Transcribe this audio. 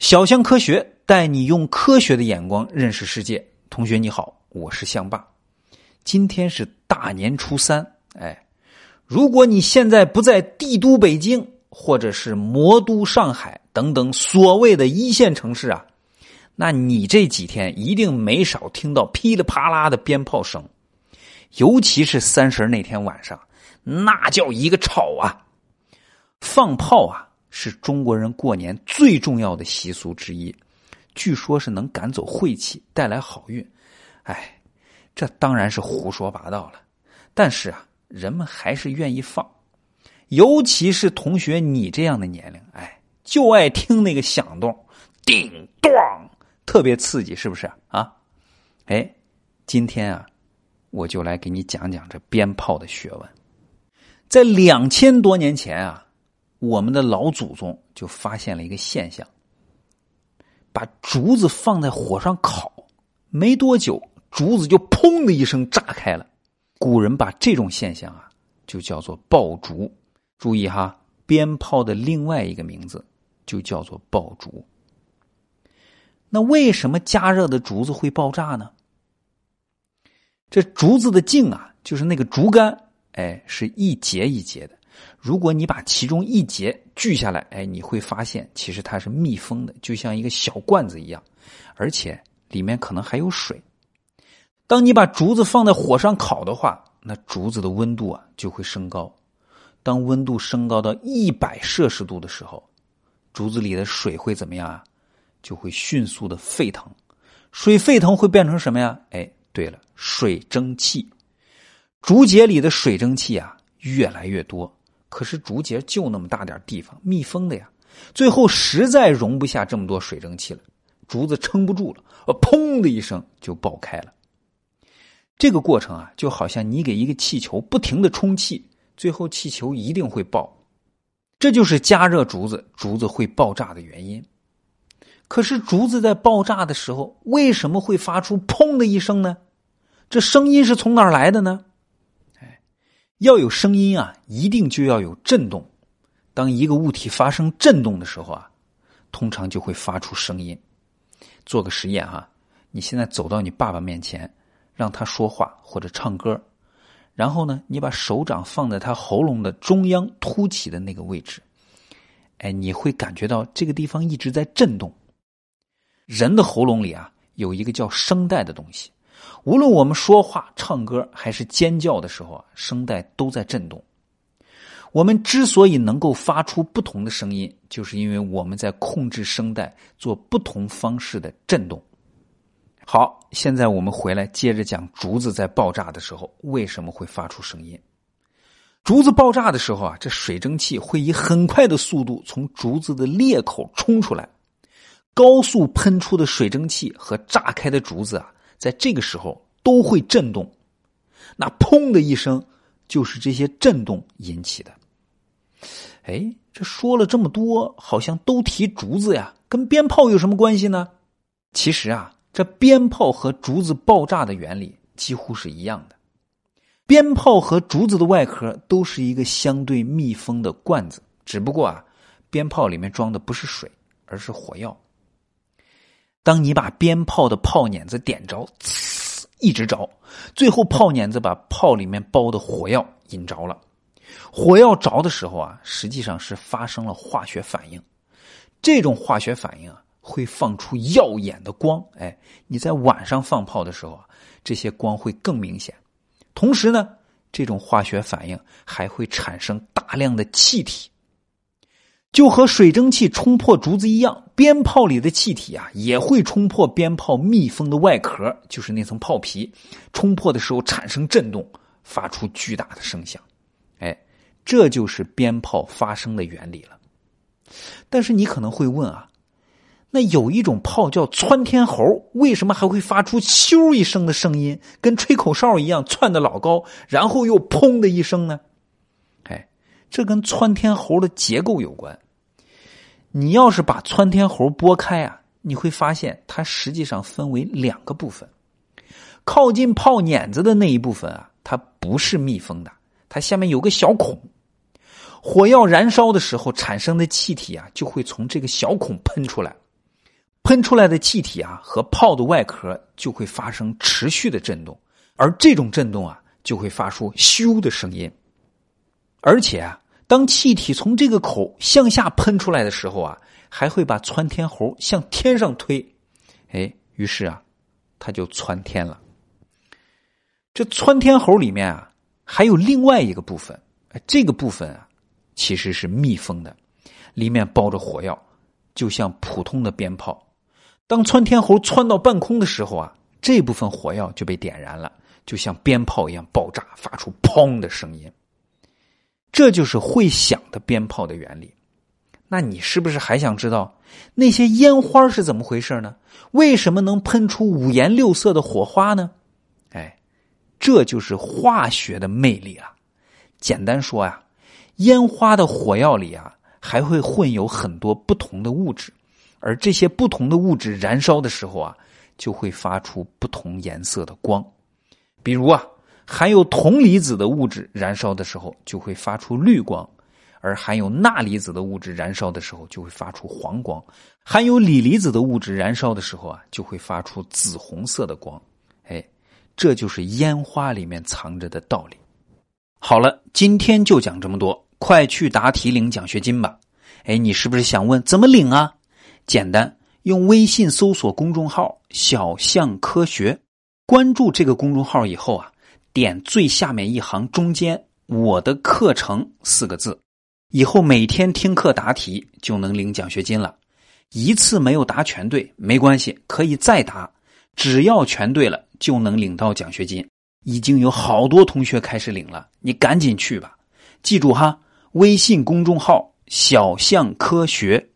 小象科学带你用科学的眼光认识世界。同学你好，我是象爸。今天是大年初三，如果你现在不在帝都北京或者是魔都上海等等所谓的一线城市啊，那你这几天一定没少听到噼里啪啦的鞭炮声，尤其是30那天晚上，那叫一个吵啊！放炮啊，是中国人过年最重要的习俗之一，据说是能赶走晦气，带来好运。这当然是胡说八道了，但是啊，人们还是愿意放，尤其是同学你这样的年龄，就爱听那个响动，叮咚，特别刺激，是不是啊？今天啊，我就来给你讲讲这鞭炮的学问。在2000多年前啊，我们的老祖宗就发现了一个现象，把竹子放在火上烤，没多久竹子就砰的一声炸开了。古人把这种现象啊就叫做爆竹。注意哈，鞭炮的另外一个名字就叫做爆竹。那为什么加热的竹子会爆炸呢？这竹子的茎啊，就是那个竹竿，是一节一节的。如果你把其中一节锯下来，你会发现其实它是密封的，就像一个小罐子一样，而且里面可能还有水。当你把竹子放在火上烤的话，那竹子的温度啊就会升高。当温度升高到100摄氏度的时候，竹子里的水会怎么样啊？就会迅速的沸腾。水沸腾会变成什么呀？对了，水蒸气。竹节里的水蒸气啊越来越多，可是竹节就那么大点地方，密封的呀，最后实在容不下这么多水蒸气了，竹子撑不住了，砰的一声就爆开了。这个过程啊，就好像你给一个气球不停的充气，最后气球一定会爆。这就是加热竹子会爆炸的原因。可是竹子在爆炸的时候，为什么会发出砰的一声呢？这声音是从哪儿来的呢？要有声音啊，一定就要有震动。当一个物体发生震动的时候啊，通常就会发出声音。做个实验哈，你现在走到你爸爸面前，让他说话或者唱歌，然后呢，你把手掌放在他喉咙的中央凸起的那个位置，你会感觉到这个地方一直在震动。人的喉咙里啊，有一个叫声带的东西，无论我们说话、唱歌还是尖叫的时候啊，声带都在震动。我们之所以能够发出不同的声音，就是因为我们在控制声带做不同方式的震动。好，现在我们回来接着讲竹子在爆炸的时候为什么会发出声音。竹子爆炸的时候啊，这水蒸气会以很快的速度从竹子的裂口冲出来，高速喷出的水蒸气和炸开的竹子啊，在这个时候都会震动。那砰的一声就是这些震动引起的。这说了这么多，好像都提竹子呀，跟鞭炮有什么关系呢？其实啊，这鞭炮和竹子爆炸的原理几乎是一样的。鞭炮和竹子的外壳都是一个相对密封的罐子，只不过啊，鞭炮里面装的不是水，而是火药。当你把鞭炮的炮捻子点着，一直着，最后炮捻子把炮里面包的火药引着了。火药着的时候啊，实际上是发生了化学反应。这种化学反应啊，会放出耀眼的光。你在晚上放炮的时候啊，这些光会更明显。同时呢，这种化学反应还会产生大量的气体。就和水蒸气冲破竹子一样，鞭炮里的气体啊，也会冲破鞭炮密封的外壳，就是那层炮皮，冲破的时候产生震动，发出巨大的声响。这就是鞭炮发声的原理了。但是你可能会问啊，那有一种炮叫窜天猴，为什么还会发出咻一声的声音，跟吹口哨一样窜得老高，然后又砰的一声呢？这跟窜天猴的结构有关。你要是把窜天猴拨开啊，你会发现它实际上分为2个部分。靠近炮捻子的那一部分啊，它不是密封的，它下面有个小孔。火药燃烧的时候产生的气体啊，就会从这个小孔喷出来。 喷出来的气体啊和炮的外壳就会发生持续的震动，而这种震动啊就会发出咻的声音。而且啊，当气体从这个口向下喷出来的时候啊，还会把窜天猴向天上推。于是啊，它就窜天了。这窜天猴里面啊，还有另外一个部分，这个部分啊，其实是密封的，里面包着火药，就像普通的鞭炮。当窜天猴窜到半空的时候啊，这部分火药就被点燃了，就像鞭炮一样爆炸，发出砰的声音。这就是会响的鞭炮的原理。那你是不是还想知道那些烟花是怎么回事呢？为什么能喷出五颜六色的火花呢？这就是化学的魅力啊。简单说啊，烟花的火药里啊还会混有很多不同的物质，而这些不同的物质燃烧的时候啊，就会发出不同颜色的光。比如啊，含有铜离子的物质燃烧的时候就会发出绿光，而含有钠离子的物质燃烧的时候就会发出黄光，含有锂离子的物质燃烧的时候啊，就会发出紫红色的光。这就是烟花里面藏着的道理。好了，今天就讲这么多，快去答题领奖学金吧。你是不是想问怎么领啊？简单，用微信搜索公众号小象科学，关注这个公众号以后啊，点最下面一行中间我的课程4个字，以后每天听课答题就能领奖学金了。一次没有答全对没关系，可以再答，只要全对了就能领到奖学金。已经有好多同学开始领了，你赶紧去吧。记住哈，微信公众号小象科学。